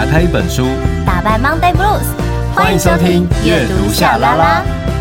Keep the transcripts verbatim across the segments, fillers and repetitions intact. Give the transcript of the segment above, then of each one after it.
开一本书， 打败 Monday Blues。 欢迎收听阅读夏拉拉。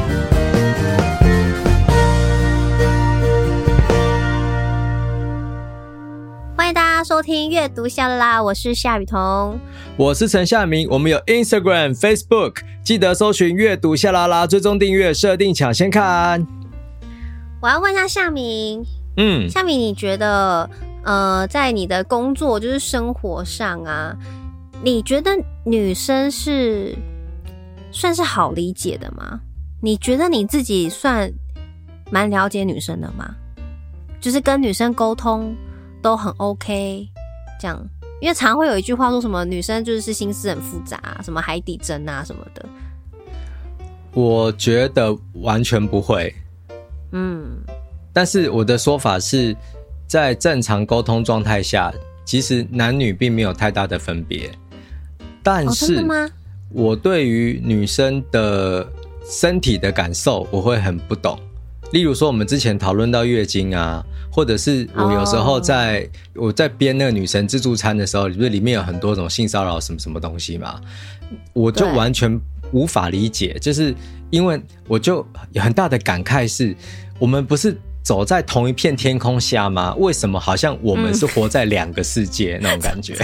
欢迎大家收听阅读夏拉拉，我是夏雨桐， 我是陈夏明。我们有 Instagram、Facebook， 记得搜寻阅读夏拉拉，追踪订阅，设定抢先看。 我要问一下夏明， 嗯， 夏明，你觉得呃，在你的工作就是生活上啊，你觉得女生是算是好理解的吗？你觉得你自己算蛮了解女生的吗？就是跟女生沟通都很 OK 这样，因为常会有一句话说什么女生就是心思很复杂、啊、什么海底针啊什么的。 我觉得完全不会，嗯，但是我的说法是在正常沟通状态下，其实男女并没有太大的分别，但是、哦、真的吗？我对于女生的身体的感受我会很不懂，例如说我们之前讨论到月经啊，或者是我有时候在、oh. 我在编那个女神自助餐的时候，不是里面有很多种性骚扰什么什么东西嘛，我就完全无法理解，就是因为我就有很大的感慨是，我们不是走在同一片天空下吗？为什么好像我们是活在两个世界、嗯、那种感觉？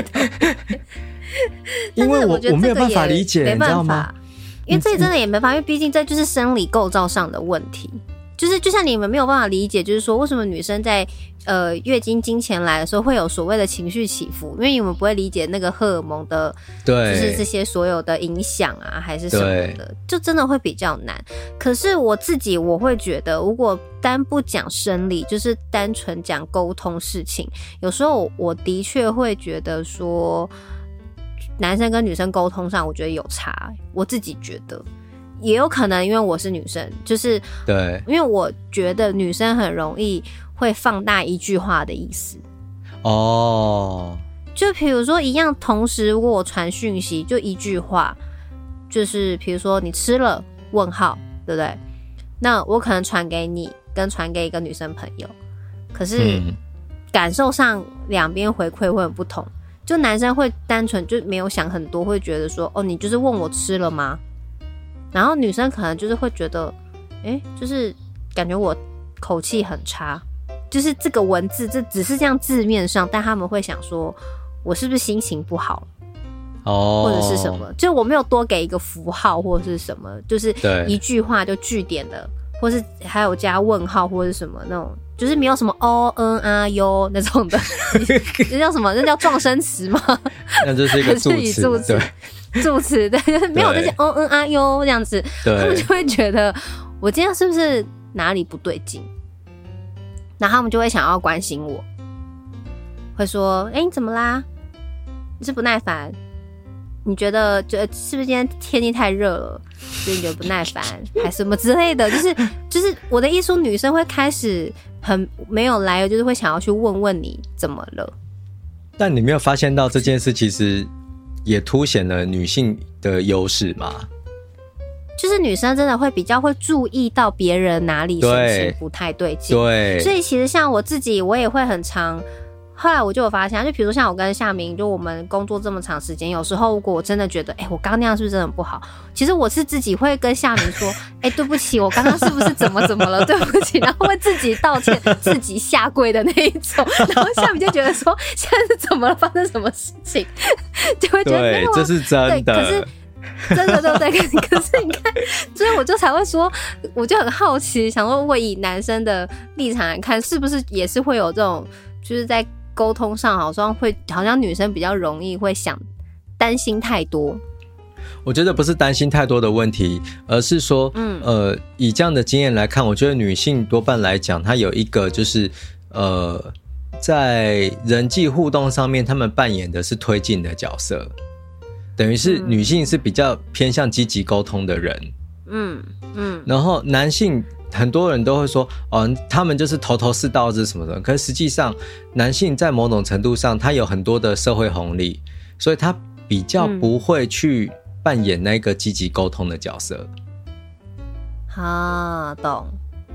因为 我, 我没有办法理解，你知道吗？ 因为这真的也没办法，因为毕竟这就是生理构造上的问题。就是就像你们没有办法理解，就是说为什么女生在呃月经经前来的时候会有所谓的情绪起伏，因为你们不会理解那个荷尔蒙的，对，就是这些所有的影响啊，还是什么的，就真的会比较难。可是我自己我会觉得，如果单不讲生理，就是单纯讲沟通事情，有时候我的确会觉得说，男生跟女生沟通上，我觉得有差，我自己觉得。也有可能因为我是女生，就是对，因为我觉得女生很容易会放大一句话的意思。哦，就比如说一样，同时如果我传讯息，就一句话，就是比如说你吃了问号，对不对？那我可能传给你，跟传给一个女生朋友，可是感受上两边回馈会很不同。就男生会单纯就没有想很多，会觉得说，哦，你就是问我吃了吗？然后女生可能就是会觉得，哎，就是感觉我口气很差，就是这个文字这只是这样字面上，但他们会想说，我是不是心情不好，哦，或者是什么？就我没有多给一个符号或者是什么，就是一句话就句点的，或是还有加问号或者是什么那种，就是没有什么哦嗯啊哟那种的，那叫什么？那叫撞声词吗？ 那就是一个助词，对。 助词，对，就是没有这些嗯嗯啊哟这样子，他们就会觉得我今天是不是哪里不对劲，然后他们就会想要关心我，会说，哎、欸，你怎么啦？你是不耐烦？你觉得觉得是不是今天天气太热了，所以你觉得不耐烦，还是什么之类的？就是就是我的意思，女生会开始很没有来由，就是会想要去问问你怎么了。 但你没有发现到这件事其实也凸显了女性的优势嘛？ 就是女生真的会比较会注意到别人哪里心情不太对劲，对，所以其实像我自己，我也会很常。后来我就有发现，就比如说像我跟夏明，就我们工作这么长时间，有时候如果我真的觉得，哎、欸，我刚刚那样是不是真的很不好？其实我是自己会跟夏明说，哎、欸，对不起，我刚刚是不是怎么怎么了？对不起，然后会自己道歉，自己下跪的那一种。然后夏明就觉得说，现在是怎么了？发生什么事情？就会觉得对，这是真的。 可是真的对不对？可是你看，所以我就才会说，我就很好奇，想说，我以男生的立场来看，是不是也是会有这种，就是在沟通上好像会，好像女生比较容易会想担心太多。 我觉得不是担心太多的问题，而是说，嗯，呃，以这样的经验来看，我觉得女性多半来讲，她有一个就是，呃，在人际互动上面，她们扮演的是推进的角色，等于是女性是比较偏向积极沟通的人，嗯嗯，然后男性。很多人都会说，哦，他们就是头头是道是什么的，可是实际上男性在某种程度上他有很多的社会红利，所以他比较不会去扮演那个积极沟通的角色。 啊，懂。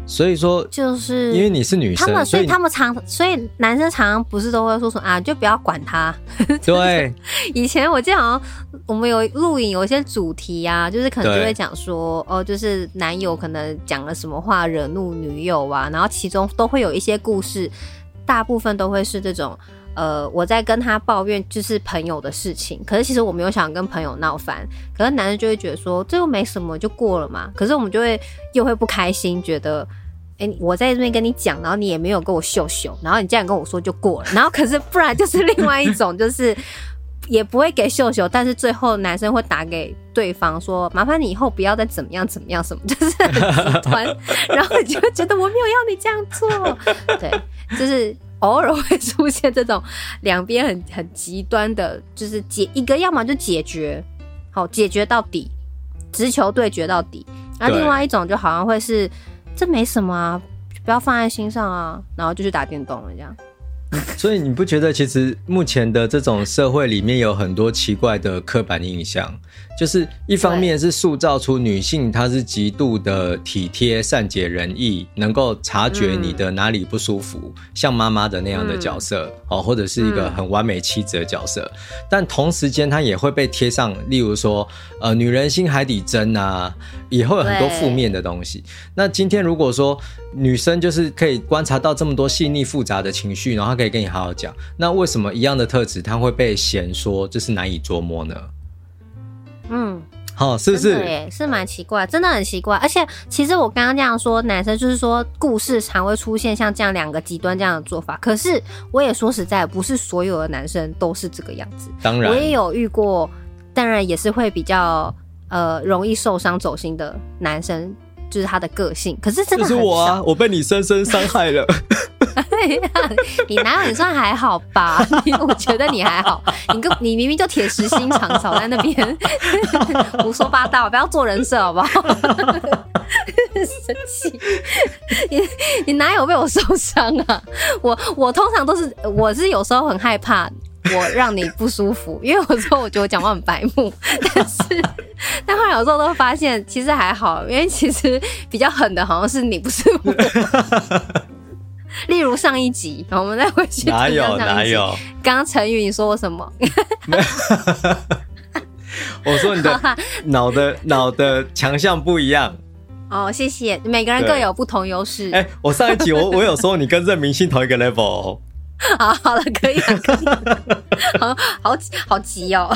所以说， 就是因为你是女生， 他们所以所以他们常，所以男生常常不是都会说说啊，就不要管他。 对， 以前我记得好像我们有录影，有一些主题啊，就是可能就会讲说，哦，就是男友可能讲了什么话惹怒女友啊，然后其中都会有一些故事，大部分都会是这种。呃，我在跟他抱怨就是朋友的事情，可是其实我没有想跟朋友闹翻，可是男生就会觉得说这又没什么就过了嘛，可是我们就会又会不开心，觉得哎、欸，我在这边跟你讲，然后你也没有跟我秀秀，然后你这样跟我说就过了，然后可是不然就是另外一种就是也不会给秀秀，但是最后男生会打给对方说麻烦你以后不要再怎么样怎么样什么，就是很极端，然后你就会觉得我没有要你这样做，对，就是偶尔会出现这种两边很很极端的，就是解一个要么就解决，好解决到底，直球对决到底，那另外一种就好像会是这没什么啊，不要放在心上啊，然后就去打电动了这样。 所以你不觉得其实目前的这种社会里面有很多奇怪的刻板印象，就是一方面是塑造出女性她是极度的体贴善解人意，能够察觉你的哪里不舒服、嗯、像妈妈的那样的角色、嗯、或者是一个很完美妻子的角色、嗯、但同时间她也会被贴上例如说呃女人心海底针啊，也会有很多负面的东西。那今天如果说女生就是可以观察到这么多细腻复杂的情绪，然后她可以跟你好好讲，那为什么一样的特质她会被嫌说这是难以捉摸呢？嗯，好、哦，是不是？ 真的耶，是蛮奇怪，真的很奇怪。而且其实我刚刚这样说，男生就是说故事常会出现像这样两个极端这样的做法，可是我也说实在，不是所有的男生都是这个样子。 当然， 我也有遇过，当然也是会比较呃容易受伤走心的男生。就是他的个性，可是真的很少。 就是我啊，我被你深深伤害了。 你哪有？你算还好吧？我觉得你还好，你跟你明明就铁石心肠，少在那边胡说八道，不要做人设好不好？生气，你你哪有被我受伤啊？我我通常都是，我是有时候很害怕。我让你不舒服，因为有时候我觉得我讲话很白目，但是但后来有时候都会发现其实还好，因为其实比较狠的好像是你，不是我。例如上一集，我们再回去哪有哪有？ 刚刚陈宇你说我什么？ 我说你的脑的脑的强项不一样。 哦，谢谢，每个人各有不同优势。 哎、欸，我上一集我我有说你跟任明信同一个 level 哦。 好，好了，可以了，可以了，好好好急哦。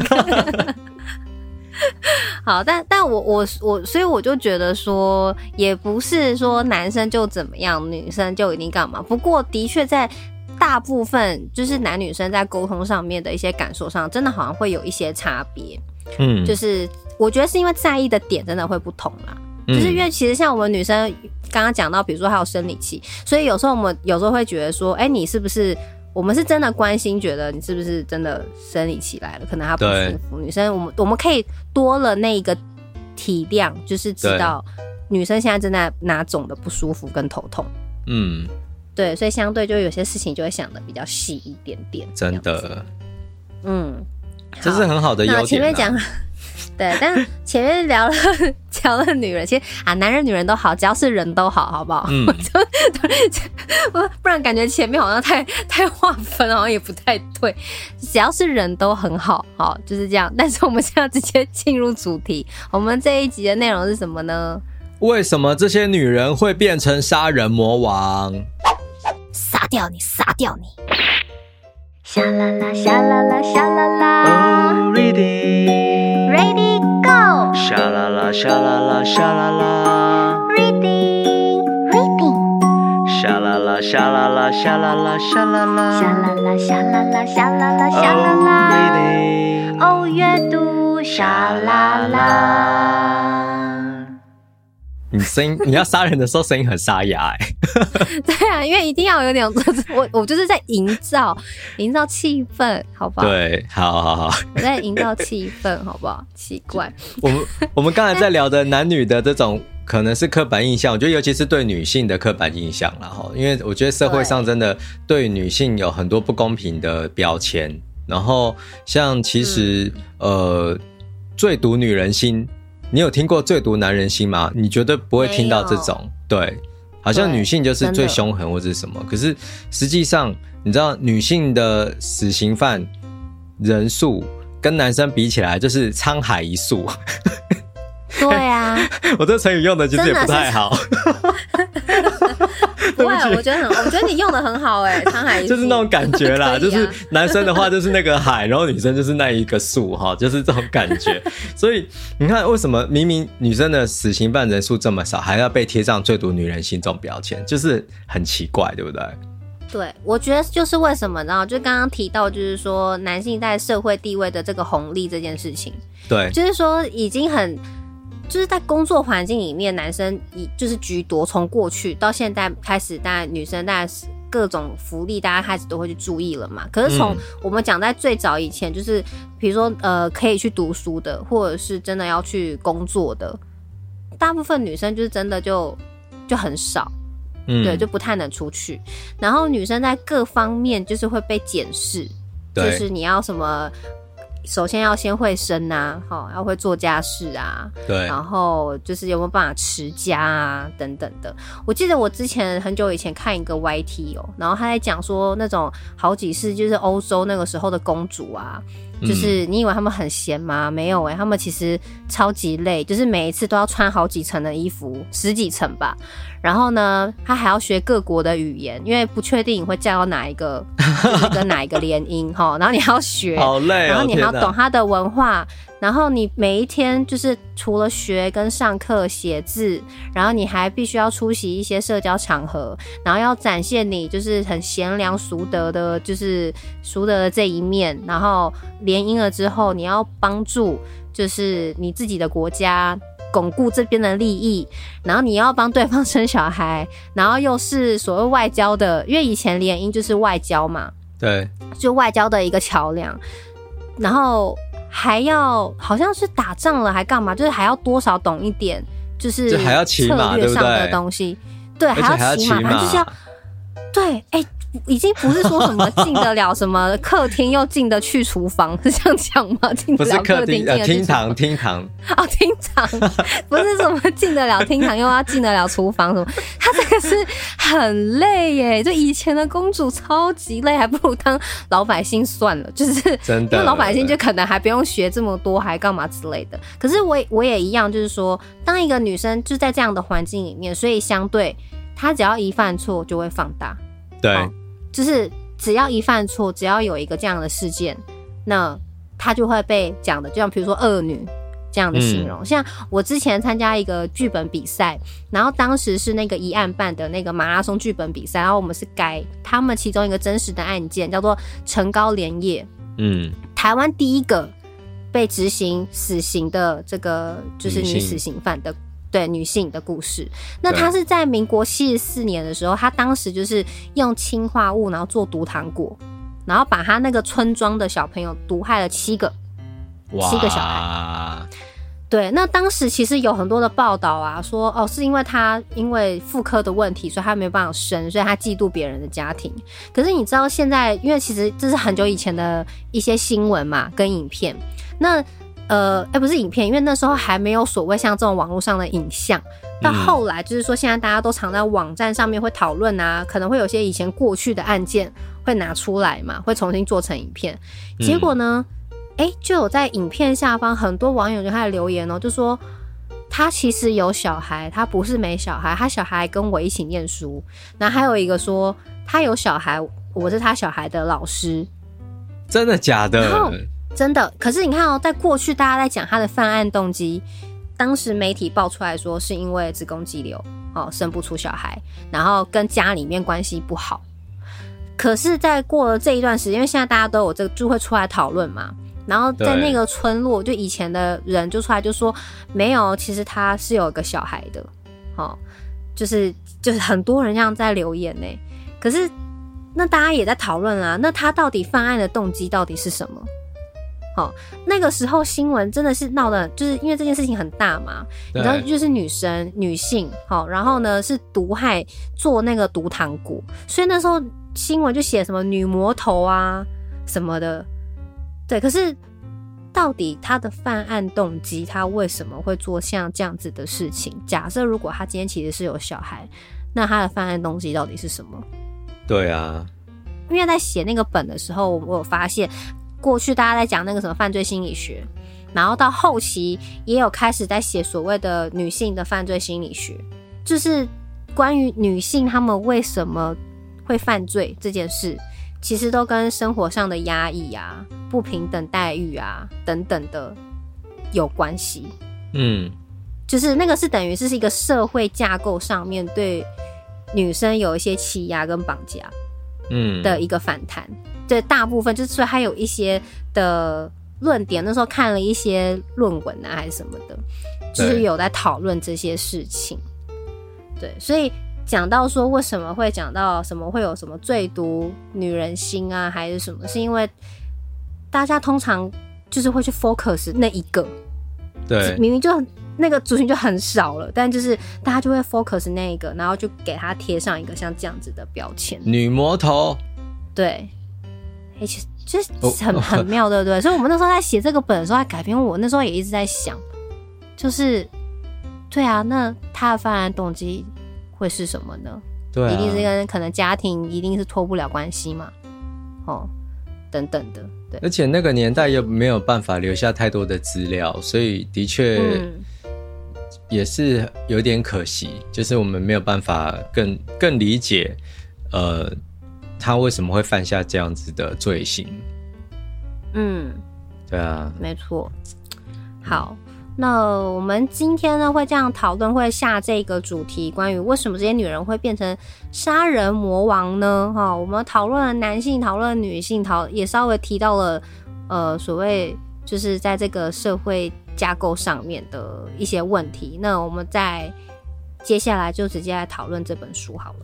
好，但但我我我，所以我就觉得说，也不是说男生就怎么样，女生就一定干嘛。不过，的确在大部分就是男女生在沟通上面的一些感受上，真的好像会有一些差别。嗯，就是我觉得是因为在意的点真的会不同啦。嗯、就是因为其实像我们女生刚刚讲到，比如说还有生理期，所以有时候我们有时候会觉得说，哎、欸，你是不是我们是真的关心，觉得你是不是真的生理期来了，可能她不舒服。女生我们我们可以多了那个体谅，就是知道女生现在正在哪种的不舒服跟头痛。嗯，对，所以相对就有些事情就会想的比较细一点点。 真的， 嗯， 这是很好的优点、啊。 那前面讲。对，但前面聊了聊了女人，其实啊，男人女人都好，只要是人都好，好不好？嗯，不然感觉前面好像太太划分，好像也不太对。只要是人都很好，好就是这样。但是我们现在直接进入主题，我们这一集的内容是什么呢？ 为什么这些女人会变成杀人魔王？ 杀掉你，杀掉你！沙啦啦，沙啦啦，沙啦啦。 Oh, ready.Ready, go! 沙啦啦，沙啦啦，沙啦啦 Reading, reading 沙啦啦，沙啦啦，沙啦啦，沙啦啦沙啦啦，沙啦啦，沙啦啦，沙啦啦 Oh, reading 哦，阅读沙啦啦。 你声音，你要杀人的时候声音很沙哑哎、 欸。对啊，因为一定要有点，我我就是在营造营造气氛，好不好？ 对，好好好， 我在营造气氛，好不好？奇怪， 我们我们刚才在聊的男女的这种可能是刻板印象，我觉得尤其是对女性的刻板印象啦齁，因为我觉得社会上真的对女性有很多不公平的标签，然后像其实、嗯、呃，最毒女人心。你有听过最毒男人心吗？你绝对不会听到这种，对， 好像女性就是最凶狠或者是什么，可是实际上你知道女性的死刑犯人数跟男生比起来就是沧海一粟。 对啊， 我这成语用的其实也不太好。 不会，我觉得很，我觉得你用的很好哎、欸，沧海一粟就是那种感觉啦、啊，就是男生的话就是那个海，然后女生就是那一个树哈，就是这种感觉。所以你看，为什么明明女生的死刑犯人数这么少，还要被贴上最毒女人心这种标签，就是很奇怪，对不对？ 对，我觉得就是为什么呢？就刚刚提到，就是说男性在社会地位的这个红利这件事情， 对， 就是说已经很。就是在工作环境里面，男生以就是居多，从过去到现在开始，当然女生当然各种福利，大家开始都会去注意了嘛。可是从我们讲在最早以前，就是比如说呃，可以去读书的，或者是真的要去工作的，大部分女生就是真的就就很少，嗯，对，就不太能出去。然后女生在各方面就是会被检视，就是你要什么。首先要先会生啊，齁，要会做家事啊， 对， 然后就是有没有办法持家啊，等等的。我记得我之前很久以前看一个 Y T 哦，然后他在讲说那种好几世就是欧洲那个时候的公主啊，就是你以为他们很闲吗？没有欸，他们其实超级累，就是每一次都要穿好几层的衣服，十几层吧。然后呢，他还要学各国的语言，因为不确定你会嫁到哪一个，就是跟哪一个联姻哈。然后你还要学， 好累哦， 然后你还要懂他的文化，然后你每一天就是除了学跟上课写字，然后你还必须要出席一些社交场合，然后要展现你就是很贤良淑德的，就是淑德的这一面。然后联姻了之后，你要帮助就是你自己的国家。巩固这边的利益，然后你要帮对方生小孩，然后又是所谓外交的，因为以前联姻就是外交嘛， 对， 就外交的一个桥梁，然后还要好像是打仗了还干嘛，就是还要多少懂一点，就是策略上的东西，对，还要骑马，反正就是要对，哎、欸。已经不是说什么进得了什么客厅又进得去厨房是这样讲吗？进得了客厅， 不是客厅，厅堂，厅堂哦，厅堂不是什么进得了厅堂又要进得了厨房什么，他这个是很累耶。就以前的公主超级累，还不如当老百姓算了，就是真的， 因为老百姓就可能还不用学这么多，还干嘛之类的。可是我我也一样，就是说，当一个女生就在这样的环境里面，所以相对她只要一犯错就会放大， 对。 哦就是只要一犯错，只要有一个这样的事件，那他就会被讲的，就像比如说恶女这样的形容。嗯、像我之前参加一个剧本比赛，然后当时是那个疑案办的那个马拉松剧本比赛，然后我们是改他们其中一个真实的案件，叫做陈高连夜，嗯，台湾第一个被执行死刑的这个就是女死刑犯的。对女性的故事，那她是在民国七十四年的时候，她当时就是用氰化物，然后做毒糖果，然后把她那个村庄的小朋友毒害了七个，七个小孩。对，那当时其实有很多的报道啊，说哦是因为她因为妇科的问题，所以她没有办法生，所以她嫉妒别人的家庭。可是你知道现在，因为其实这是很久以前的一些新闻嘛，跟影片，那。呃，哎、欸，不是影片，因为那时候还没有所谓像这种网络上的影像。到后来就是说，现在大家都常在网站上面会讨论啊，可能会有些以前过去的案件会拿出来嘛，会重新做成影片。结果呢，哎、欸，就有在影片下方很多网友就开始留言哦，就说他其实有小孩，他不是没小孩，他小孩跟我一起念书。然后还有一个说他有小孩，我是他小孩的老师。 真的假的？ 真的，可是你看哦，在过去大家在讲他的犯案动机，当时媒体爆出来说是因为子宫肌瘤哦，生不出小孩，然后跟家里面关系不好。可是，在过了这一段时间，因为现在大家都有这个，就会出来讨论嘛。然后在那个村落，就以前的人就出来就说，没有，其实他是有一个小孩的，哦，就是就是很多人这样在留言呢。可是那大家也在讨论啦，那他到底犯案的动机到底是什么？好、哦，那个时候新闻真的是闹得，就是因为这件事情很大嘛，你知道，就是女生、女性，好、哦，然后呢是毒害做那个毒糖果，所以那时候新闻就写什么女魔头啊什么的，对。可是到底他的犯案动机，他为什么会做像这样子的事情？假设如果他今天其实是有小孩， 那他的犯案动机到底是什么？ 对啊， 因为在写那个本的时候，我有发现过去大家在讲那个什么犯罪心理学，然后到后期也有开始在写所谓的女性的犯罪心理学，就是关于女性她们为什么会犯罪这件事，其实都跟生活上的压抑啊、不平等待遇啊等等的有关系。嗯，就是那个是等于是一个社会架构上面对女生有一些欺压跟绑架嗯的一个反弹。对，大部分就是还有一些的论点，那时候看了一些论文啊还是什么的，就是有在讨论这些事情。对，所以讲到说为什么会讲到什么会有什么最毒女人心啊还是什么，是因为大家通常就是会去 focus 那一个， 对， 明明就那个族群就很少了，但就是大家就会 focus 那一个，然后就给他贴上一个像这样子的标签， 女魔头。 对，欸、其实就是很很妙，对不对？所以我们那时候在写这个本的时候，在改编，我那时候也一直在想，就是对啊，那他的犯案动机会是什么呢？ 对、啊， 一定是跟可能家庭一定是脱不了关系嘛，哦，等等的。对， 而且那个年代又没有办法留下太多的资料，所以的确也是有点可惜，嗯、就是我们没有办法更更理解，呃。他为什么会犯下这样子的罪行？嗯，对啊， 没错。好，那我们今天呢会这样讨论，会下这个主题，关于为什么这些女人会变成杀人魔王呢？哈，我们讨论了男性，讨论了女性，讨也稍微提到了呃所谓就是在这个社会架构上面的一些问题。那我们再接下来就直接来讨论这本书好了。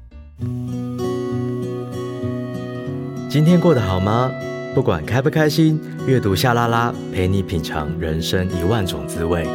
今天过得好吗？不管开不开心，阅读夏拉拉陪你品尝人生一万种滋味。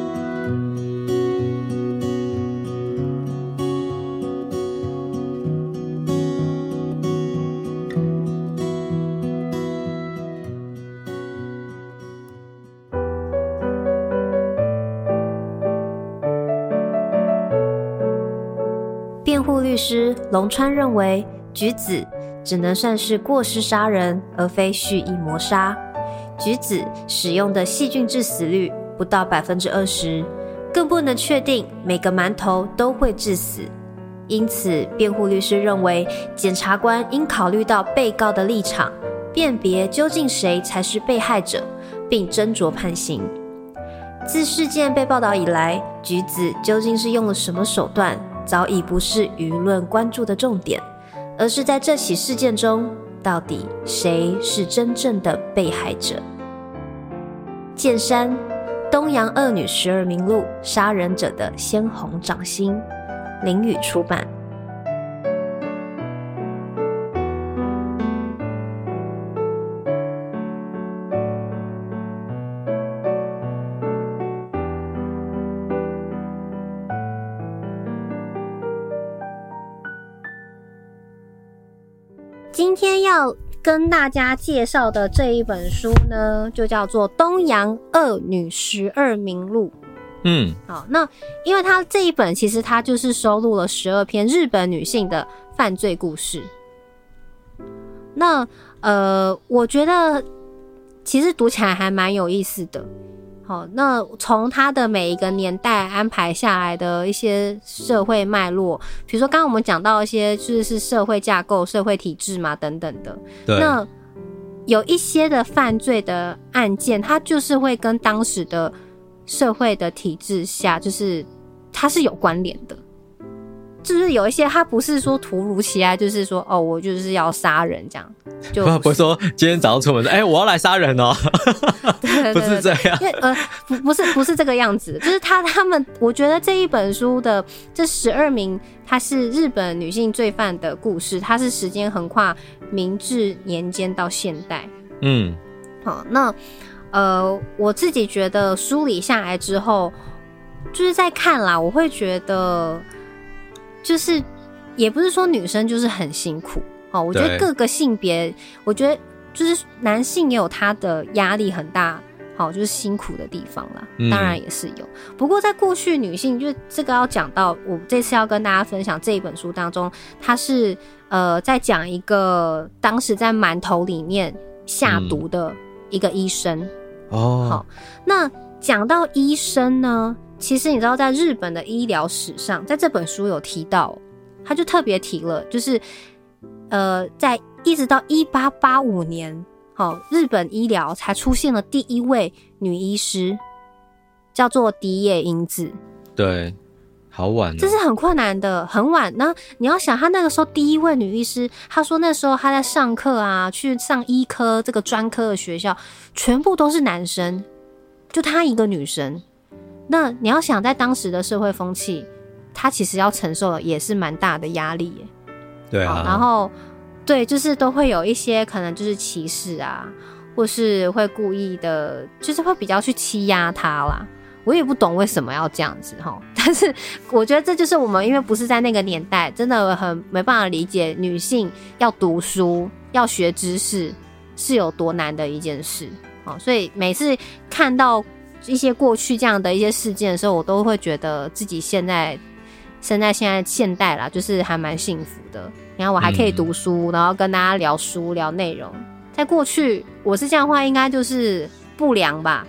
辩护律师龙川认为，菊子只能算是过失杀人，而非蓄意谋杀。菊子使用的细菌致死率不到 百分之二十， 更不能确定每个馒头都会致死。因此，辩护律师认为，检察官应考虑到被告的立场，辨别究竟谁才是被害者，并斟酌判刑。自事件被报道以来，菊子究竟是用了什么手段，早已不是舆论关注的重点，而是在这起事件中，到底谁是真正的被害者？剑山，东洋恶女十二名录，杀人者的鲜红掌心，林语出版。今天要跟大家介绍的这一本书呢，就叫做《东洋恶女十二名录》。嗯，好，那因为它这一本其实它就是收录了十二篇日本女性的犯罪故事。那呃，我觉得其实读起来还蛮有意思的。好，那从它的每一个年代安排下来的一些社会脉络，比如说刚刚我们讲到一些就是社会架构、社会体制嘛等等的。 对。 那有一些的犯罪的案件，它就是会跟当时的社会的体制下，就是它是有关联的。就是有一些它不是说突如其来，就是说哦，我就是要杀人这样，就不是, 不是说今天早上出门说，哎、欸，我要来杀人哦， 对对对对， 不是这样， 因为呃，不不是不是这个样子，就是他他们，我觉得这一本书的这十二名，它是日本女性罪犯的故事，它是时间横跨明治年间到现代，嗯，好，那呃，我自己觉得梳理下来之后，就是在看啦，我会觉得。就是也不是说女生就是很辛苦哦，我觉得各个性别，我觉得就是男性也有他的压力很大好，就是辛苦的地方啦，当然也是有。嗯、不过在过去女性，就这个要讲到，我这次要跟大家分享这一本书当中，它是呃在讲一个当时在馒头里面下毒的一个医生。嗯、哦，好，那讲到医生呢，其实你知道，在日本的医疗史上，在这本书有提到，他就特别提了，就是呃，在一直到一八八五年。哦，日本医疗才出现了第一位女医师，叫做荻野英子。 对，好晚、哦， 这是很困难的，很晚。那你要想，她那个时候第一位女医师，她说那时候她在上课啊，去上医科这个专科的学校，全部都是男生，就她一个女生。那你要想，在当时的社会风气，她其实要承受的也是蛮大的压力耶。 对啊， 然后。对，就是都会有一些可能就是歧视啊，或是会故意的，就是会比较去欺压他啦。我也不懂为什么要这样子齁，但是我觉得这就是我们因为不是在那个年代，真的很没办法理解女性要读书、要学知识是有多难的一件事。齁，所以每次看到一些过去这样的一些事件的时候，我都会觉得自己现在生在现在现代啦，就是还蛮幸福的。然后我还可以读书，嗯、然后跟大家聊书聊内容。在过去，我是这样的话，应该就是不良吧，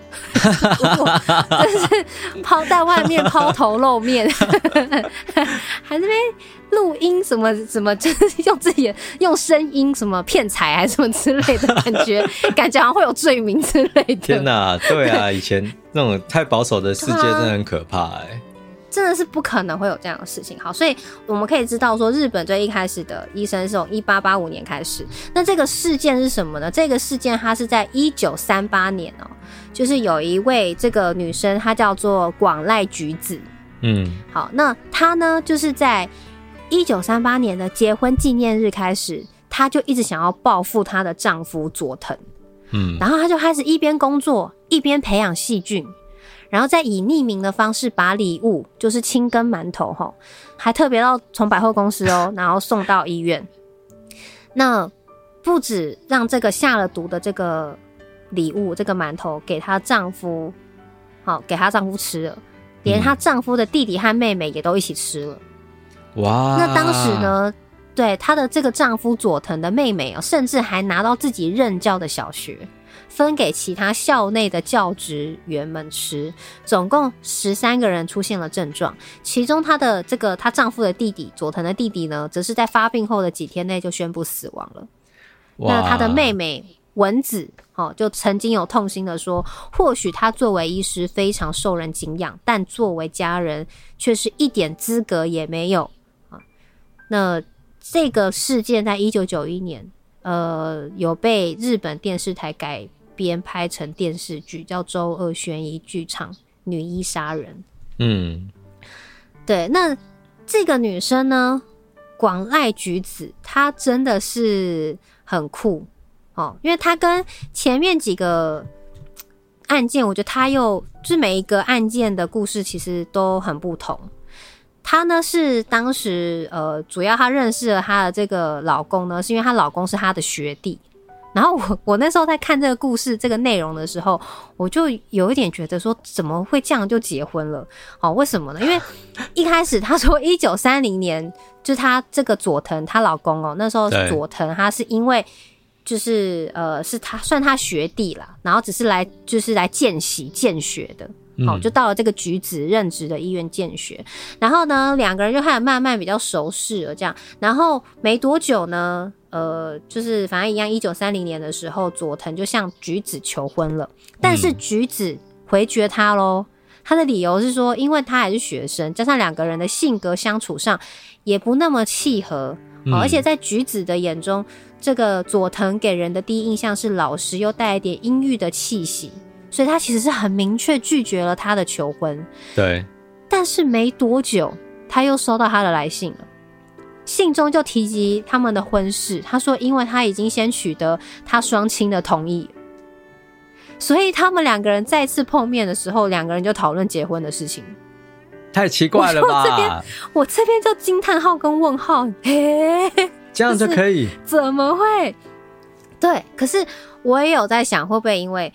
就是抛在外面抛头露面，还是没录音什么什么，就是用自己的用声音什么骗财还是什么之类的感觉，感觉好像会有罪名之类的。 天哪，对啊，以前那种太保守的世界真的很可怕哎、欸。 真的是不可能会有这样的事情。好，所以我们可以知道说，日本最一开始的医生是从一八八五年开始。那这个事件是什么呢？这个事件它是在一九三八年哦，就是有一位这个女生，她叫做广濑菊子。嗯，好，那她呢，就是在一九三八年的结婚纪念日开始，她就一直想要报复她的丈夫佐藤。嗯，然后她就开始一边工作一边培养细菌。然后再以匿名的方式把礼物，就是青根馒头齁，还特别到从百货公司哦，然后送到医院。那不止让这个下了毒的这个礼物，这个馒头给她丈夫，好给她丈夫吃了，连她丈夫的弟弟和妹妹也都一起吃了。哇！那当时呢，对她的这个丈夫佐藤的妹妹哦，甚至还拿到自己任教的小学。分给其他校内的教职员们吃，总共十三个人出现了症状，其中她的这个她丈夫的弟弟佐藤的弟弟呢，则是在发病后的几天内就宣布死亡了。那她的妹妹文子、哦、就曾经有痛心的说，或许她作为医师非常受人敬仰，但作为家人却是一点资格也没有。啊、那这个事件在一九九一年呃，有被日本电视台改编拍成电视剧，叫周二悬疑剧场《女医杀人》。嗯，对，那这个女生呢，广濑菊子，她真的是很酷哦，因为她跟前面几个案件，我觉得她又就是每一个案件的故事其实都很不同。她呢是当时呃，主要她认识了她的这个老公呢，是因为她老公是她的学弟。然后我我那时候在看这个故事这个内容的时候，我就有一点觉得说，怎么会这样就结婚了？哦，为什么呢？因为一开始她说一九三零年，就是她这个佐藤她老公哦，那时候佐藤他是因为就是呃是他算他学弟啦，然后只是来就是来见习见学的。好，就到了这个菊子任职的医院见学，然后呢，两个人就开始慢慢比较熟识了，这样，然后没多久呢，呃，就是反正一样，一九三零年的时候，佐藤就向菊子求婚了，但是菊子回绝他咯，他的理由是说，因为他还是学生，加上两个人的性格相处上也不那么契合，嗯、而且在菊子的眼中，这个佐藤给人的第一印象是老实又带一点阴郁的气息。所以他其实是很明确拒绝了他的求婚。对，但是没多久他又收到他的来信了，信中就提及他们的婚事，他说因为他已经先取得他双亲的同意，所以他们两个人再次碰面的时候，两个人就讨论结婚的事情。 太奇怪了吧， 我这边我这边就惊叹号跟问号，嘿， 这样就可以？ 怎么会？对，可是我也有在想，会不会因为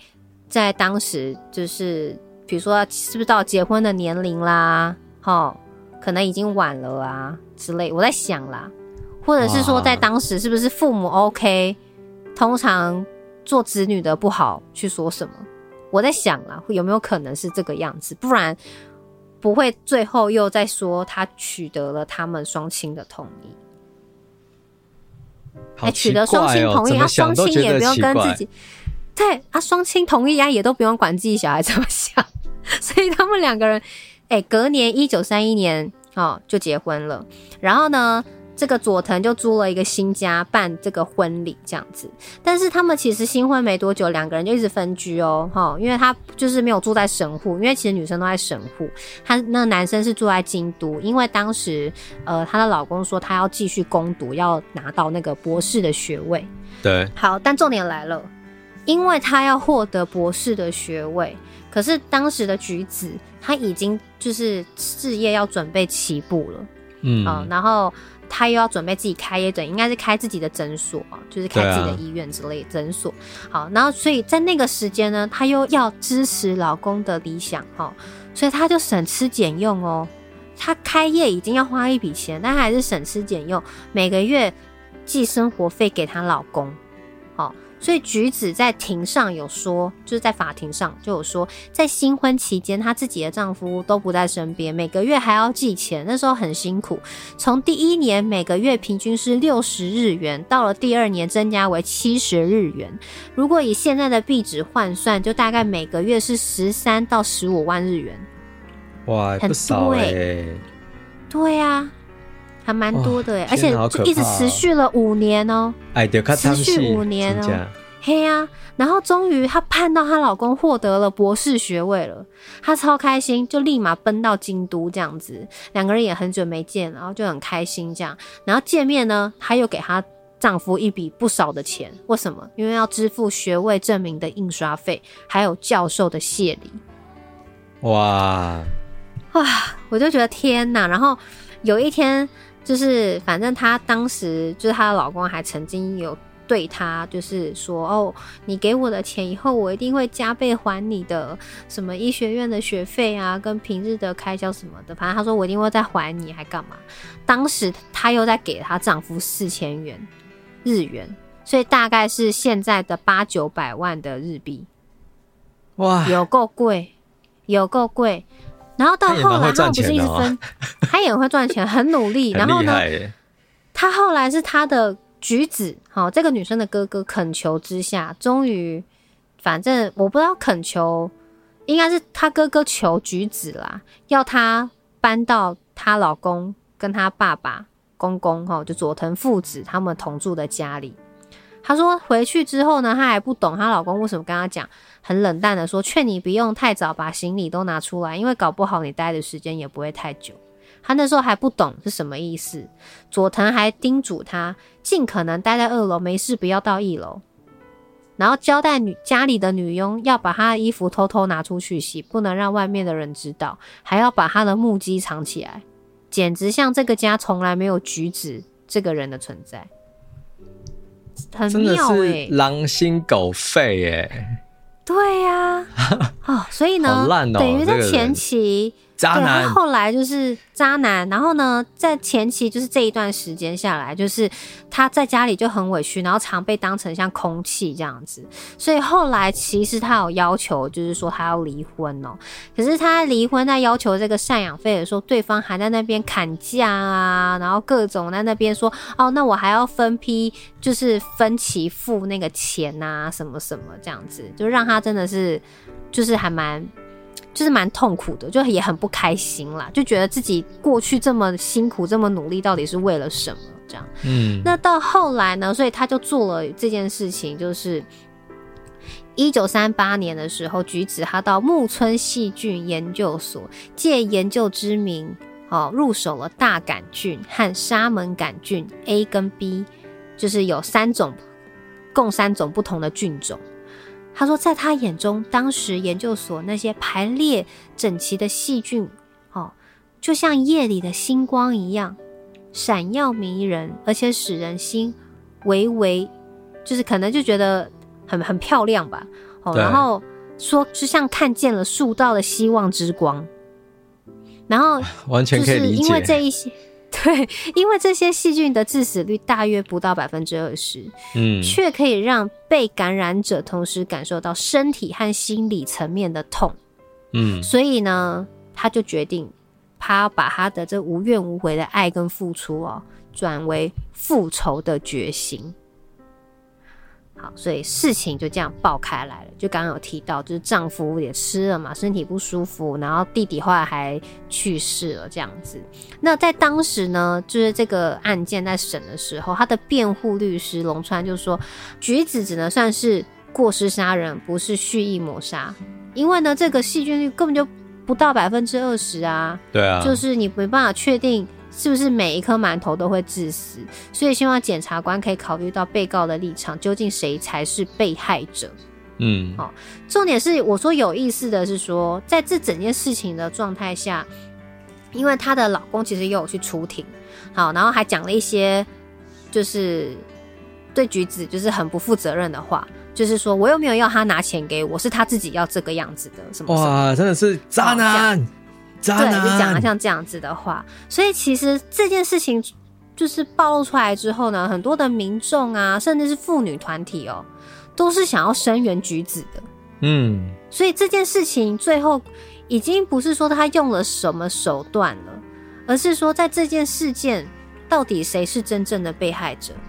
在当时就是比如说是不是到结婚的年龄啦，齁，可能已经晚了啊之类，我在想啦，或者是说在当时是不是父母 OK， 通常做子女的不好去说什么，我在想啦，有没有可能是这个样子，不然不会最后又再说他取得了他们双亲的同意。 好奇怪哦， 取得双亲同意，啊，双亲也不用跟自己，对啊，双亲同意啊，也都不用管自己小孩怎么想，所以他们两个人，哎，隔年一九三一年哦就结婚了，然后呢，这个佐藤就租了一个新家办这个婚礼这样子，但是他们其实新婚没多久，两个人就一直分居哦，齁，因为他就是没有住在神户，因为其实女生都在神户，他那男生是住在京都，因为当时呃她的老公说他要继续攻读，要拿到那个博士的学位。 对， 好，但重点来了，因为他要获得博士的学位，可是当时的橘子他已经就是事业要准备起步了，嗯，呃、然后他又要准备自己开业，等应该是开自己的诊所，就是开自己的医院之类的诊所。好，然后所以在那个时间呢，他又要支持老公的理想，所以他就省吃俭用哦。他开业已经要花一笔钱，但还是省吃俭用，每个月寄生活费给她老公。好，所以橘子在庭上有说，就是在法庭上就有说，在新婚期间她自己的丈夫都不在身边，每个月还要寄钱，那时候很辛苦，从第一年每个月平均是六十日元，到了第二年增加为七十日元，如果以现在的币值换算，就大概每个月是十三到十五万日元。 哇，不少耶、欸、 对啊，还蛮多的耶，而且就一直持续了五年哦、喔，持续五年哦、喔，嘿啊，然后终于她盼到她老公获得了博士学位了，她超开心，就立马奔到京都这样子，两个人也很久没见，然后就很开心这样，然后见面呢，她又给她丈夫一笔不少的钱，为什么？因为要支付学位证明的印刷费，还有教授的谢礼。哇哇，我就觉得天哪！然后有一天，就是反正她当时就是她的老公还曾经有对她就是说，哦，你给我的钱以后我一定会加倍还你的，什么医学院的学费啊，跟平日的开销什么的，反正她说我一定会再还你，还干嘛？当时她又在给她丈夫四千元日元，所以大概是现在的八九百万的日币。哇，有够贵，有够贵。然后到后来他们不是一直分，他也会赚钱，很努力。然后呢，他后来是他的橘子，好，这个女生的哥哥恳求之下，终于，反正我不知道恳求，应该是他哥哥求橘子啦，要他搬到她老公跟他爸爸、公公哈，就佐藤父子他们同住的家里。她说回去之后呢，她还不懂她老公为什么跟她讲，很冷淡的说，劝你不用太早把行李都拿出来，因为搞不好你待的时间也不会太久。她那时候还不懂是什么意思，佐藤还叮嘱她尽可能待在二楼，没事不要到一楼，然后交代女家里的女佣要把她的衣服偷偷拿出去洗，不能让外面的人知道，还要把她的木屐藏起来，简直像这个家从来没有橘子这个人的存在。很妙欸，真的是狼心狗肺耶。 对呀、啊哦，所以呢， 好烂哦， 等于在前期、 这个、渣男， 后来就是渣男，然后呢，在前期就是这一段时间下来，就是他在家里就很委屈，然后常被当成像空气这样子，所以后来其实他有要求，就是说他要离婚哦。可是他离婚，在要求这个赡养费的时候，对方还在那边砍价啊，然后各种在那边说，哦，那我还要分批，就是分期付那个钱啊，什么什么这样子，就让他真的是，就是还蛮。就是蛮痛苦的，就也很不开心啦，就觉得自己过去这么辛苦这么努力到底是为了什么这样。嗯，那到后来呢，所以他就做了这件事情，就是一九三八年的时候，橘子他到木村细菌研究所借研究之名、哦、入手了大杆菌和沙门杆菌 A 跟 B， 就是有三种共三种不同的菌种。他说在他眼中，当时研究所那些排列整齐的细菌、哦、就像夜里的星光一样闪耀迷人，而且使人心微微就是可能就觉得很很漂亮吧、哦、然后说就像看见了树道的希望之光，然后完全可以理解， 因为这一些对，因为这些细菌的致死率大约不到百分之二十，嗯，却可以让被感染者同时感受到身体和心理层面的痛，嗯，所以呢，他就决定他要把他的这无怨无悔的爱跟付出哦，转为复仇的决心。好，所以事情就这样爆开来了。就刚刚有提到，就是丈夫也吃了嘛，身体不舒服，然后弟弟后来还去世了，这样子。那在当时呢，就是这个案件在审的时候，他的辩护律师龙川就说，橘子只能算是过失杀人，不是蓄意谋杀，因为呢，这个细菌率根本就不到百分之二十啊。 对啊， 就是你没办法确定是不是每一颗馒头都会致死，所以希望检察官可以考虑到被告的立场，究竟谁才是被害者。嗯，好，重点是我说有意思的是说，在这整件事情的状态下，因为她的老公其实也有去出庭，好，然后还讲了一些就是对橘子就是很不负责任的话，就是说我又没有要他拿钱给我，是他自己要这个样子的，什么什么， 哇，真的是渣男。 对，就讲了像这样子的话，所以其实这件事情就是暴露出来之后呢，很多的民众啊，甚至是妇女团体哦，都是想要声援橘子的。嗯，所以这件事情最后已经不是说他用了什么手段了，而是说在这件事件到底谁是真正的被害者，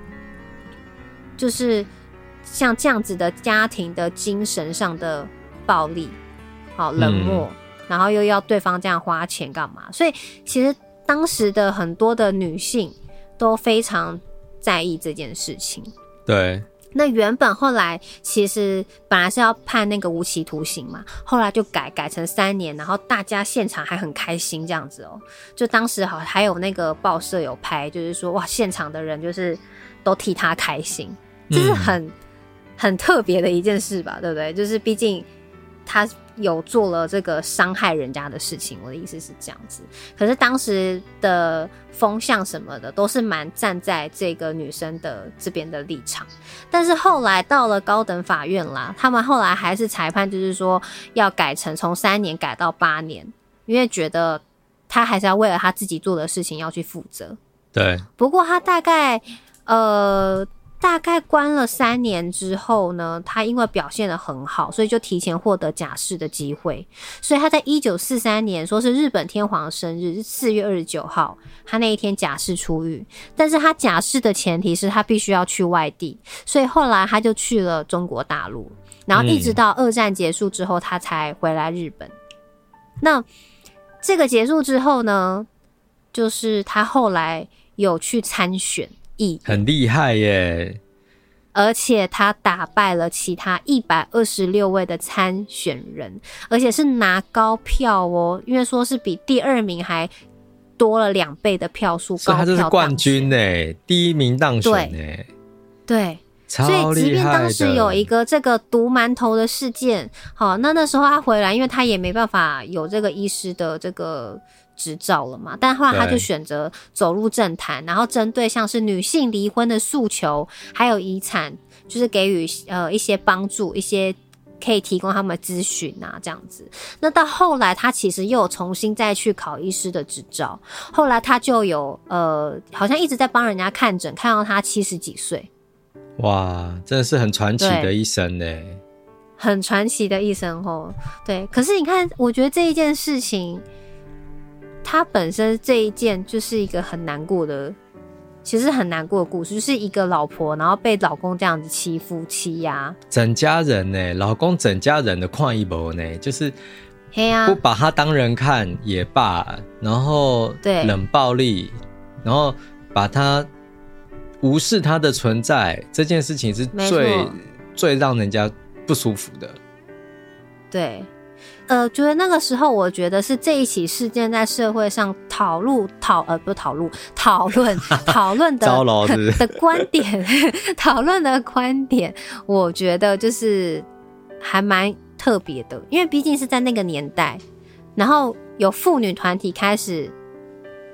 就是像这样子的家庭的精神上的暴力，好冷漠。嗯，然后又要对方这样花钱干嘛？所以其实当时的很多的女性都非常在意这件事情。 对， 那原本后来其实本来是要判那个无期徒刑嘛，后来就改改成三年，然后大家现场还很开心这样子哦。就当时好还有那个报社有拍，就是说哇，现场的人就是都替他开心，这是很、嗯、很特别的一件事吧，对不对？就是毕竟他有做了这个伤害人家的事情，我的意思是这样子。可是当时的风向什么的都是蛮站在这个女生的这边的立场，但是后来到了高等法院啦，他们后来还是裁判，就是说要改成从三年改到八年，因为觉得他还是要为了他自己做的事情要去负责。 对， 不过他大概呃。大概关了三年之后呢，他因为表现得很好，所以就提前获得假释的机会。所以他在一九四三年，说是日本天皇的生日，是四月二十九号，他那一天假释出狱。但是他假释的前提是他必须要去外地，所以后来他就去了中国大陆，然后一直到二战结束之后，他才回来日本。那这个结束之后呢，就是他后来有去参选。 很厉害耶， 而且他打败了其他一百二十六位的参选人，而且是拿高票哦，因为说是比第二名还多了两倍的票数， 所以他这是冠军耶，第一名当选耶， 对， 超厉害的。 所以即便当时有一个这个毒馒头的事件，好，那那时候他回来，因为他也没办法有这个医师的这个执照了嘛，但后来他就选择走入政坛，然后针对像是女性离婚的诉求，还有遗产，就是给予呃一些帮助，一些可以提供他们咨询啊这样子。那到后来他其实又有重新再去考医师的执照，后来他就有呃好像一直在帮人家看诊，看到他七十几岁。 哇，真的是很传奇的一生耶， 很传奇的一生哦。对，可是你看，我觉得这一件事情它本身这一件就是一个很难过的，其实很难过的故事，就是一个老婆然后被老公这样子欺负欺压， 整家人呢，老公整家人的看一波呢，就是不把他当人看也罢，然后冷暴力，然后把他无视他的存在，这件事情是最最让人家不舒服的。 对。呃，觉得那个时候，我觉得是这一起事件在社会上讨论讨呃不是讨论讨论讨论的的观点，讨论的观点，我觉得就是还蛮特别的，因为毕竟是在那个年代，然后有妇女团体开始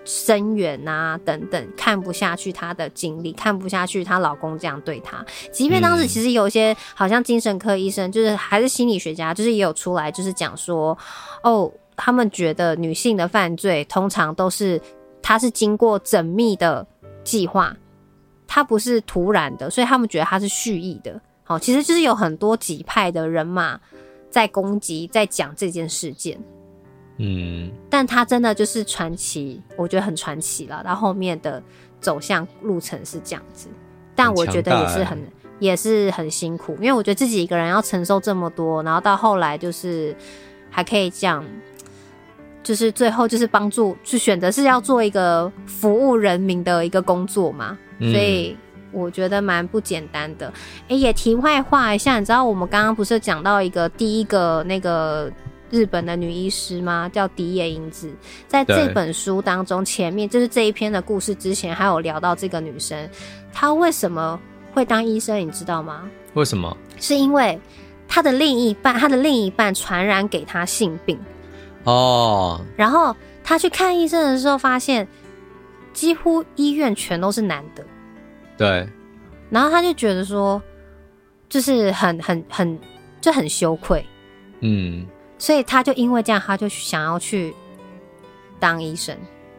声援啊等等，看不下去她的经历，看不下去她老公这样对她。即便当时其实有一些好像精神科医生，就是还是心理学家，就是也有出来就是讲说，哦，他们觉得女性的犯罪通常都是她是经过缜密的计划，她不是突然的，所以他们觉得她是蓄意的。好，其实就是有很多极派的人马在攻击，在讲这件事件。嗯，但他真的就是传奇，我觉得很传奇了。到后面的走向路程是这样子，但我觉得也是很也是很辛苦，因为我觉得自己一个人要承受这么多，然后到后来就是还可以这样，就是最后就是帮助，就选择是要做一个服务人民的一个工作嘛，嗯、所以我觉得蛮不简单的。哎，也题外话一下，你知道我们刚刚不是讲到一个第一个那个日本的女医师吗？叫荻野英子。在这本书当中，前面就是这一篇的故事之前，还有聊到这个女生，她为什么会当医生，你知道吗？ 为什么？ 是因为她的另一半，她的另一半传染给她性病哦，然后她去看医生的时候，发现几乎医院全都是男的。 对， 然后他就觉得说，就是很很很就很羞愧，嗯，所以他就因为这样，他就想要去当医生，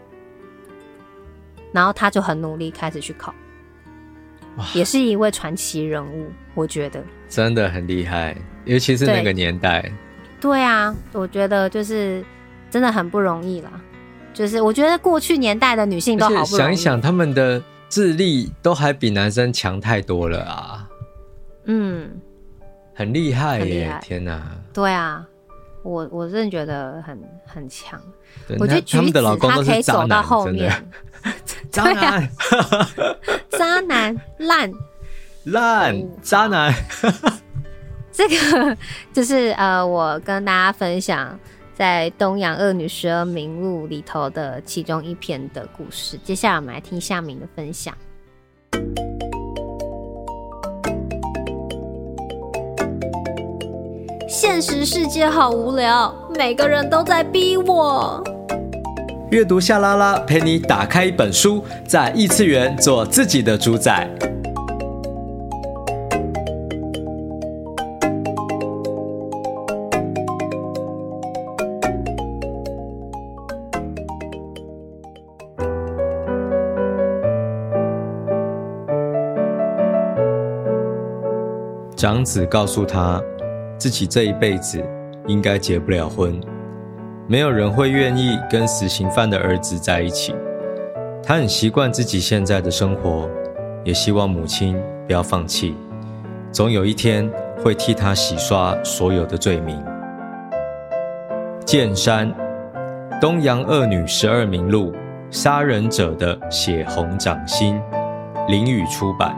然后他就很努力开始去考，也是一位传奇人物，我觉得真的很厉害，尤其是那个年代。 对，对啊，我觉得就是真的很不容易啦，就是我觉得过去年代的女性都好不容易， 想一想他们的智力都还比男生强太多了啊！嗯，很厉害耶！害天哪！ 对啊，我我真的觉得很很强。我觉得他们的老公都是渣男，真的。 渣男，渣男，烂烂渣男。 这个就是呃，我跟大家分享在《东洋恶女十二名录》里头的其中一篇的故事。接下来我们来听夏民的分享。现实世界好无聊，每个人都在逼我。 阅读夏拉拉陪你打开一本书，在异次元做自己的主宰。 长子告诉他，自己这一辈子应该结不了婚，没有人会愿意跟死刑犯的儿子在一起。他很习惯自己现在的生活，也希望母亲不要放弃，总有一天会替他洗刷所有的罪名。剑山，东洋恶女十二名录，杀人者的血红掌心，林语出版。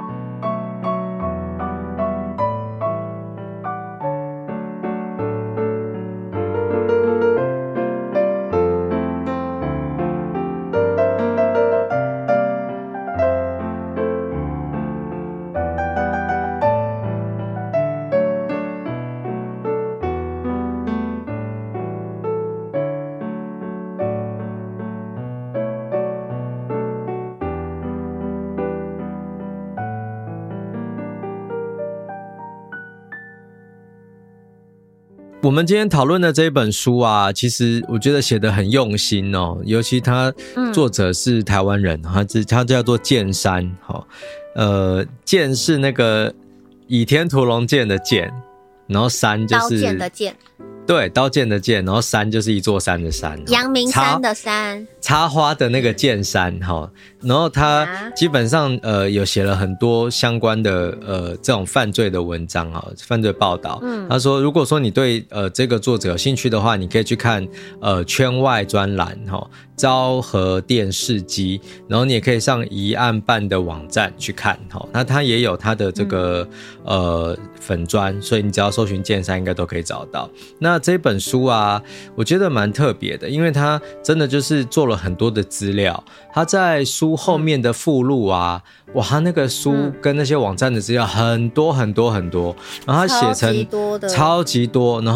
我们今天讨论的这本书啊，其实我觉得写得很用心哦，尤其他作者是台湾人，他、嗯、他叫做剑山，哈，呃，剑是那个倚天屠龙剑的剑，然后山就是刀剑的剑， 对，刀剑的剑，然后山就是一座山的山， 阳明山的山， 插花的那个剑山哈，然后他基本上呃有写了很多相关的呃这种犯罪的文章哈，犯罪报道。嗯，他说如果说你对呃这个作者有兴趣的话，你可以去看呃圈外专栏哈，昭和电视机，然后你也可以上疑案办的网站去看哈，那他也有他的这个、嗯、呃粉专，所以你只要搜寻剑山应该都可以找到。那这本书啊，我觉得蛮特别的，因为他真的就是做了很多的资料。他在书后面的附录啊，哇，他那个书跟那些网站的资料很多很多很多，然后他写成超级多的， 超级多，然后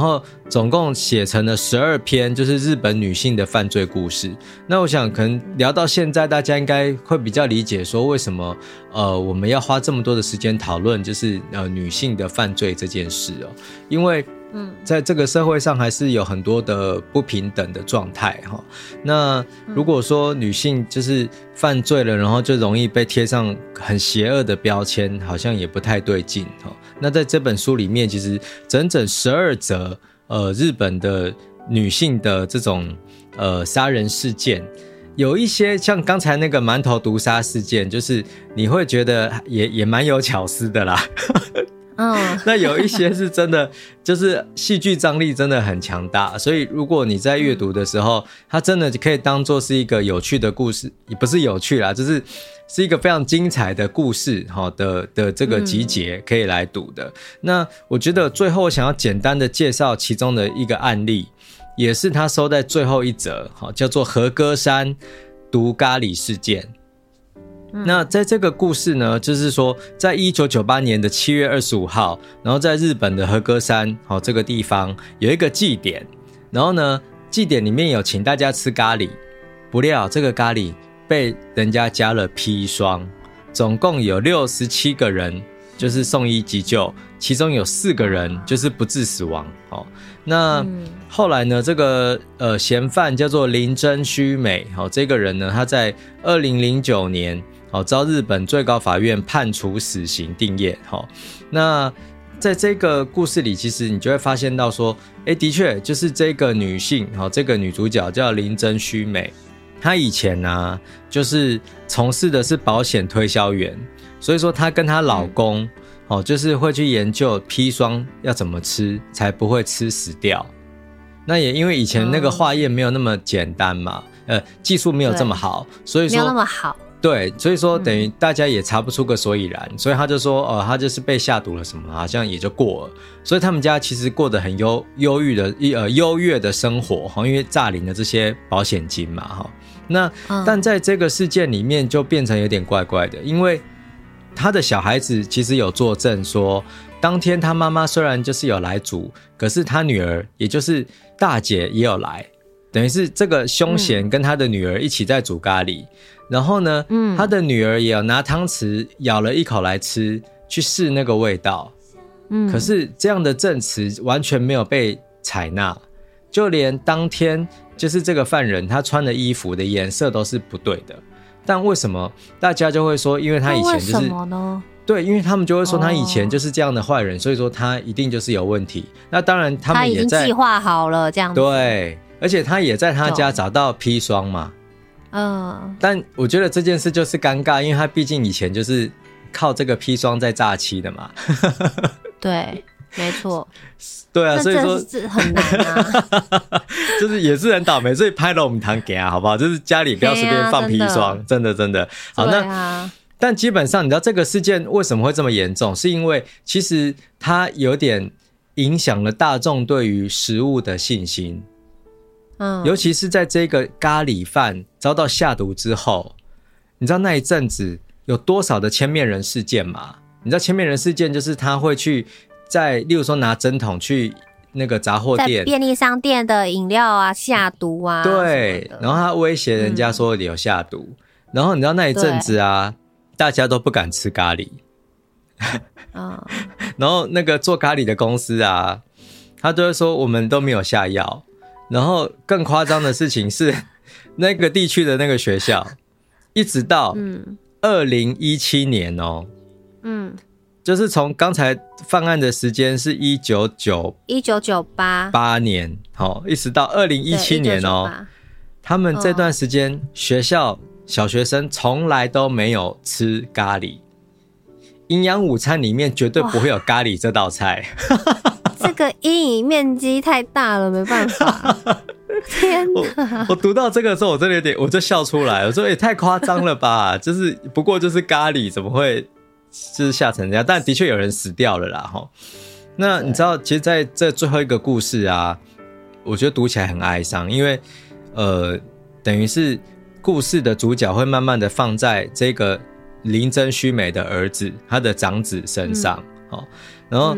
总共写成了十二篇，就是日本女性的犯罪故事。那我想可能聊到现在，大家应该会比较理解说为什么呃我们要花这么多的时间讨论就是呃女性的犯罪这件事哦，因为嗯，在这个社会上还是有很多的不平等的状态哈。那如果说女性就是犯罪了，然后就容易被贴上很邪恶的标签，好像也不太对劲哈。那在这本书里面，其实整整十二则呃日本的女性的这种呃杀人事件，有一些像刚才那个馒头毒杀事件，就是你会觉得也也蛮有巧思的啦。嗯，那有一些是真的，就是戏剧张力真的很强大，所以如果你在阅读的时候，它真的可以当作是一个有趣的故事，也不是有趣啦，就是是一个非常精彩的故事的的这个集结可以来读的。嗯、那我觉得最后我想要简单的介绍其中的一个案例，也是他收在最后一则，叫做和歌山毒咖喱事件。那在这个故事呢，就是说在一九九八年的七月二十五号，然后在日本的和歌山、哦、这个地方有一个祭典，然后呢祭典里面有请大家吃咖喱，不料这个咖喱被人家加了砒霜，总共有六十七个人就是送医急救，其中有四个人就是不治死亡、哦、那后来呢这个呃嫌犯叫做林真须美、哦、这个人呢他在二零零九年哦，遭日本最高法院判处死刑定谳。哦，那在这个故事里，其实你就会发现到说，哎，的确就是这个女性，哦，这个女主角叫林真须美，她以前呢、啊，就是从事的是保险推销员，所以说她跟她老公，嗯、哦，就是会去研究砒霜要怎么吃才不会吃死掉。那也因为以前那个化验没有那么简单嘛，呃，技术没有这么好，所以说没有那么好。 对，所以说等于大家也查不出个所以然，所以他就说，哦，他就是被下毒了什么，好像也就过了。所以他们家其实过得很优优郁的呃优越的生活，因为诈领了这些保险金嘛，哈。那但在这个事件里面就变成有点怪怪的，因为他的小孩子其实有作证说，当天他妈妈虽然就是有来煮，可是他女儿也就是大姐也有来，等于是这个凶嫌跟他的女儿一起在煮咖喱。然后呢、嗯、他的女儿也有拿汤匙舀了一口来吃，去试那个味道、嗯、可是这样的证词完全没有被采纳，就连当天就是这个犯人他穿的衣服的颜色都是不对的。但为什么大家就会说因为他以前就是为什么呢？对，因为他们就会说他以前就是这样的坏人、哦、所以说他一定就是有问题。那当然他们也在他已经计划好了这样子， 对，而且他也在他家找到砒霜嘛。嗯，但我觉得这件事就是尴尬，因为他毕竟以前就是靠这个砒霜在诈欺的嘛。 对，没错。 对啊，所以说这很难啊。 就是也是很倒霉，所以拍了我们堂给啊，好不好？就是家里不要随便放砒霜、啊，真的真的。好，那、啊、但基本上你知道这个事件为什么会这么严重，是因为其实它有点影响了大众对于食物的信心。嗯，尤其是在这个咖喱饭遭到下毒之后，你知道那一阵子有多少的千面人事件吗？你知道千面人事件就是他会去在例如说拿针筒去那个杂货店、 在便利商店的饮料啊下毒啊， 对，然后他威胁人家说有下毒、嗯、然后你知道那一阵子啊，大家都不敢吃咖喱。嗯、然后那个做咖喱的公司啊，他都会说我们都没有下药。然后更夸张的事情是，那个地区的那个学校，一直到二零一七年哦，嗯，就是从刚才犯案的时间是一九九一九九八八年，好、哦，一直到二零一七年哦，他们这段时间、哦、学校小学生从来都没有吃咖喱，营养午餐里面绝对不会有咖喱这道菜。 这个阴影面积太大了，没办法。天哪！ 我, 我读到这个的时候，我真的有点，我就笑出来。我说也、欸、太夸张了吧！就是不过就是咖喱，怎么会就是吓成这样？但的确有人死掉了啦，齁。那你知道，其实在这最后一个故事啊，我觉得读起来很哀伤，因为呃，等于是故事的主角会慢慢的放在这个林真须美的儿子，他的长子身上，嗯、然后。嗯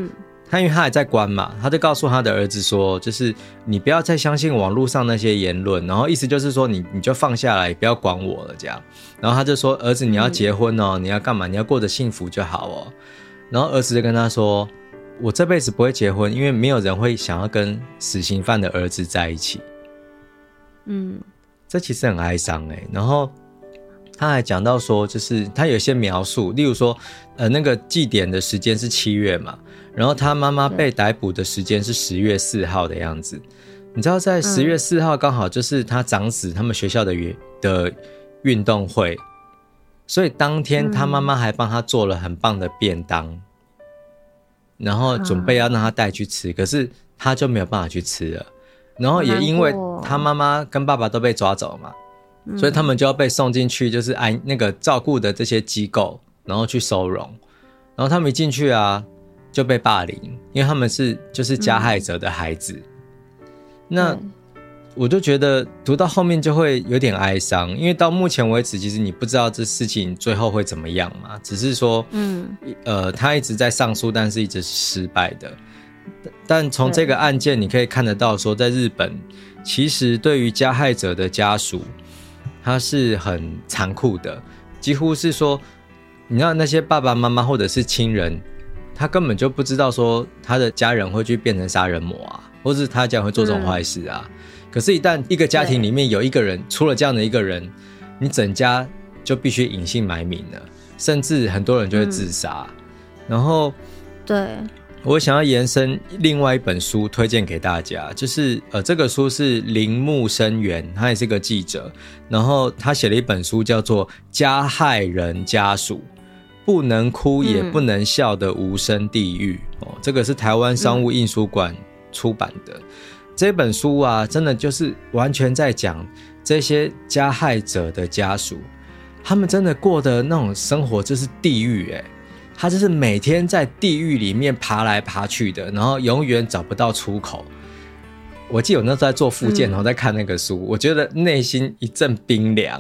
他因为他还在关嘛，他就告诉他的儿子说，就是你不要再相信网络上那些言论，然后意思就是说你你就放下来，不要管我了这样。然后他就说，儿子你要结婚哦，你要干嘛？你要过得幸福就好哦。然后儿子就跟他说，我这辈子不会结婚，因为没有人会想要跟死刑犯的儿子在一起。嗯，这其实很哀伤欸。然后他还讲到说，就是他有一些描述，例如说，呃，那个祭典的时间是七月嘛，然后他妈妈被逮捕的时间是十月四号的样子。你知道，在十月四号刚好就是他长子他们学校的的运动会，所以当天他妈妈还帮他做了很棒的便当，然后准备要让他带去吃，可是他就没有办法去吃了。然后也因为他妈妈跟爸爸都被抓走嘛。所以他们就要被送进去，就是安那个照顾的这些机构，然后去收容。然后他们一进去啊，就被霸凌，因为他们是就是加害者的孩子。嗯、那我就觉得读到后面就会有点哀伤，因为到目前为止，其实你不知道这事情最后会怎么样嘛，只是说，嗯，呃，他一直在上诉，但是一直是失败的。但从这个案件你可以看得到说，在日本，其实对于加害者的家属，他是很残酷的，几乎是说，你知道那些爸爸妈妈或者是亲人，他根本就不知道说他的家人会去变成杀人魔啊，或是他将会做这种坏事啊。嗯、可是，一旦一个家庭里面有一个人出了这样的一个人，你整家就必须隐姓埋名了，甚至很多人就会自杀。嗯、然后， 对。 我想要延伸另外一本书推荐给大家，就是呃，这个书是铃木生源，他也是个记者，然后他写了一本书叫做《加害人家属不能哭也不能笑的无声地狱》嗯哦，这个是台湾商务印书馆出版的。嗯、这本书啊，真的就是完全在讲这些加害者的家属，他们真的过的那种生活就是地狱欸。他就是每天在地狱里面爬来爬去的，然后永远找不到出口。我记得我那时候在做复健，然后在看那个书，嗯、我觉得内心一阵冰凉。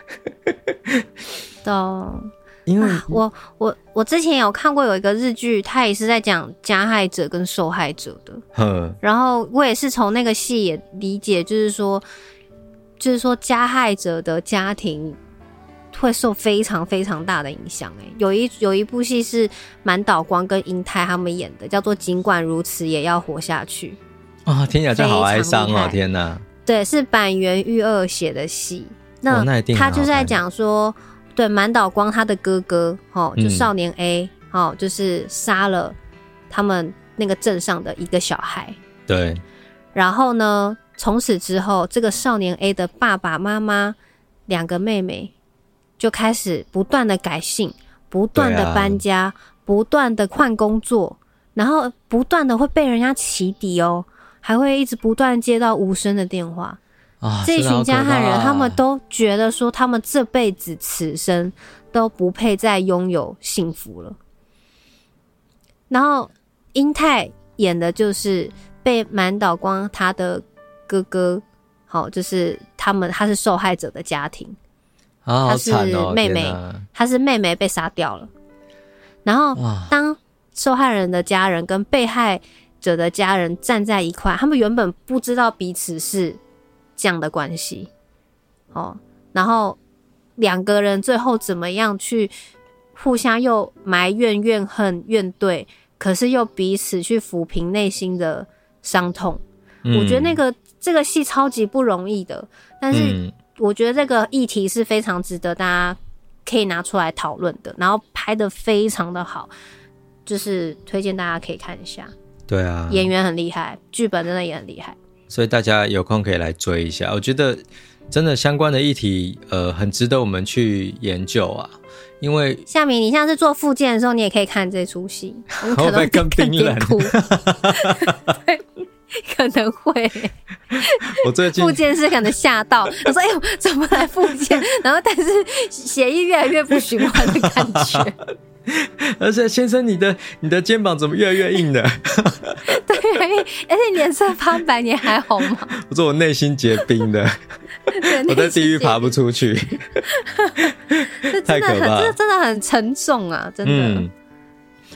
懂，因为、啊、我我我之前有看过有一个日剧，它也是在讲加害者跟受害者的。然后我也是从那个戏也理解，就是说，就是说加害者的家庭会受非常非常大的影响。有一有一部戏是满岛光跟英泰他们演的，叫做《尽管如此也要活下去》。 哦，听起来就好哀伤哦！天哪， 对，是坂元裕二写的戏。那, 那他就是在讲说，对，满岛光他的哥哥，哦，就少年 A，嗯、哦，就是杀了他们那个镇上的一个小孩。 对。 然后呢，从此之后，这个少年 A 的爸爸妈妈两个妹妹就开始不断的改姓，不断的搬家，啊、不断的换工作，然后不断的会被人家起底哦，还会一直不断接到无声的电话。啊、这群加害人他们都觉得说，他们这辈子此生都不配再拥有幸福了。然后英泰演的就是被满岛光他的哥哥，好，就是他们他是受害者的家庭。 啊，好惨哦！ 她是妹妹，她是妹妹被杀掉了。然后，当受害人的家人跟被害者的家人站在一块，他们原本不知道彼此是这样的关系，哦，然后两个人最后怎么样去互相又埋怨、怨恨、怨怼，可是又彼此去抚平内心的伤痛。嗯、我觉得那个这个戏超级不容易的，但是。嗯我觉得这个议题是非常值得大家可以拿出来讨论的，然后拍得非常的好，就是推荐大家可以看一下。 对啊， 演员很厉害，剧本真的也很厉害， 所以大家有空可以来追一下。我觉得真的相关的议题，呃，很值得我们去研究啊。因为夏明，你像是做复健的时候，你也可以看这出戏，你可能会更冰冷， 对，可能会。 我最近复健是可能吓到，我说：“哎呦，怎么来复健？”然后但是血液越来越不循环的感觉。 而且先生，你的你的肩膀怎么越来越硬了？ 对，而且脸色发白，你还好吗？ 我说我内心结冰的，我在地狱爬不出去， 太可怕了，这真的很沉重啊，真的。嗯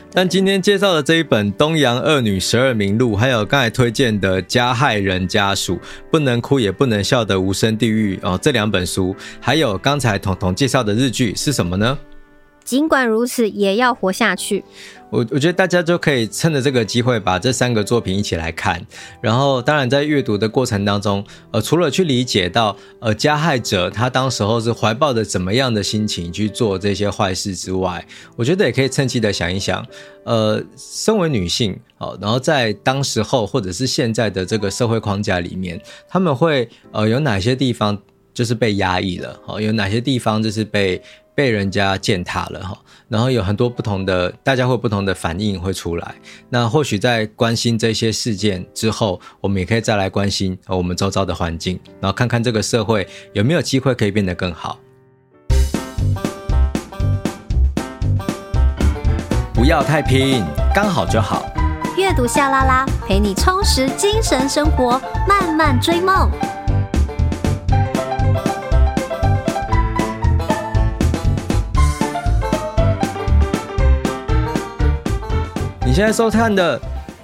但今天介绍的这一本《东洋恶女十二名录》，还有刚才推荐的《加害人家属》、《不能哭也不能笑的无声地狱》哦，这两本书，还有刚才彤彤介绍的日剧是什么呢？ 尽管如此，也要活下去。 我我觉得大家就可以趁着这个机会把这三个作品一起来看，然后当然在阅读的过程当中，呃，除了去理解到呃加害者他当时候是怀抱着怎么样的心情去做这些坏事之外，我觉得也可以趁机的想一想，呃，身为女性，哦，然后在当时候或者是现在的这个社会框架里面，他们会呃有哪些地方就是被压抑了，哦，有哪些地方就是被被人家践踏了哈，然后有很多不同的，大家会有不同的反应会出来。那或许在关心这些事件之后，我们也可以再来关心我们周遭的环境，然后看看这个社会有没有机会可以变得更好。不要太拼，刚好就好。 阅读夏拉拉，陪你充实精神生活，慢慢追梦。 你现在收看的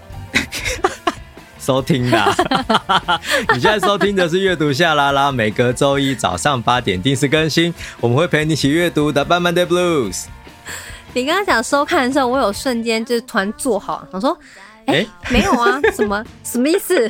收听的、啊、你现在收听的是阅读夏拉拉，每个周一早上八点定时更新，我们会陪你一起阅读的《Monday Blues》。 你刚刚讲收看的时候，我有瞬间就是突然坐好，我说哎、欸欸，没有啊，什么什么意思？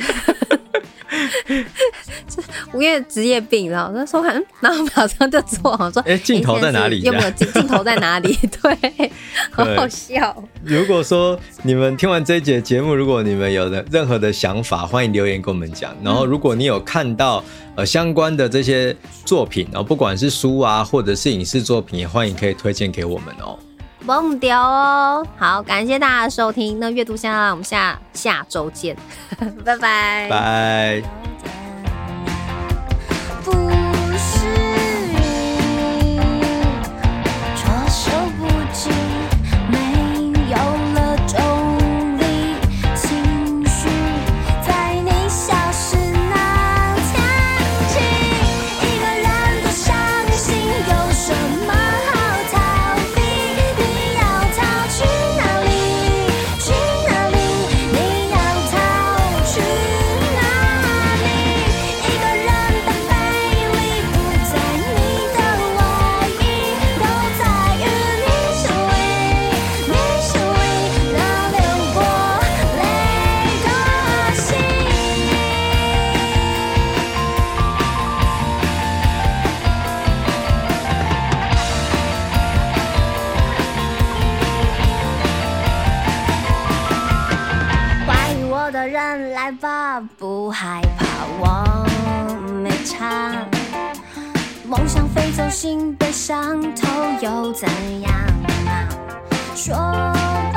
我因为职业病，然后我收看，然后马上就做好说， 哎，镜头在哪里？ 有没有镜镜头在哪里？对，好好笑。 如果说你们听完这一节节目，如果你们有任何的想法，欢迎留言跟我们讲。然后，如果你有看到呃相关的这些作品，然后不管是书啊，或者是影视作品，也欢迎可以推荐给我们哦。 忘掉哦。好，感谢大家的收听。那阅读下来，我们下下周见，拜拜， 拜。 不是你措手不及，没有了动力，情绪在你消失那天起，一个人多伤心，有什么好逃避？你要逃去哪里？去哪里？你要逃去哪里？一个人的美丽不在你的外衣，都在于你心里，你心里那流过泪的心。怀疑我的人来吧，不害怕我没差。梦想飞走，心被伤透又怎样啊？说。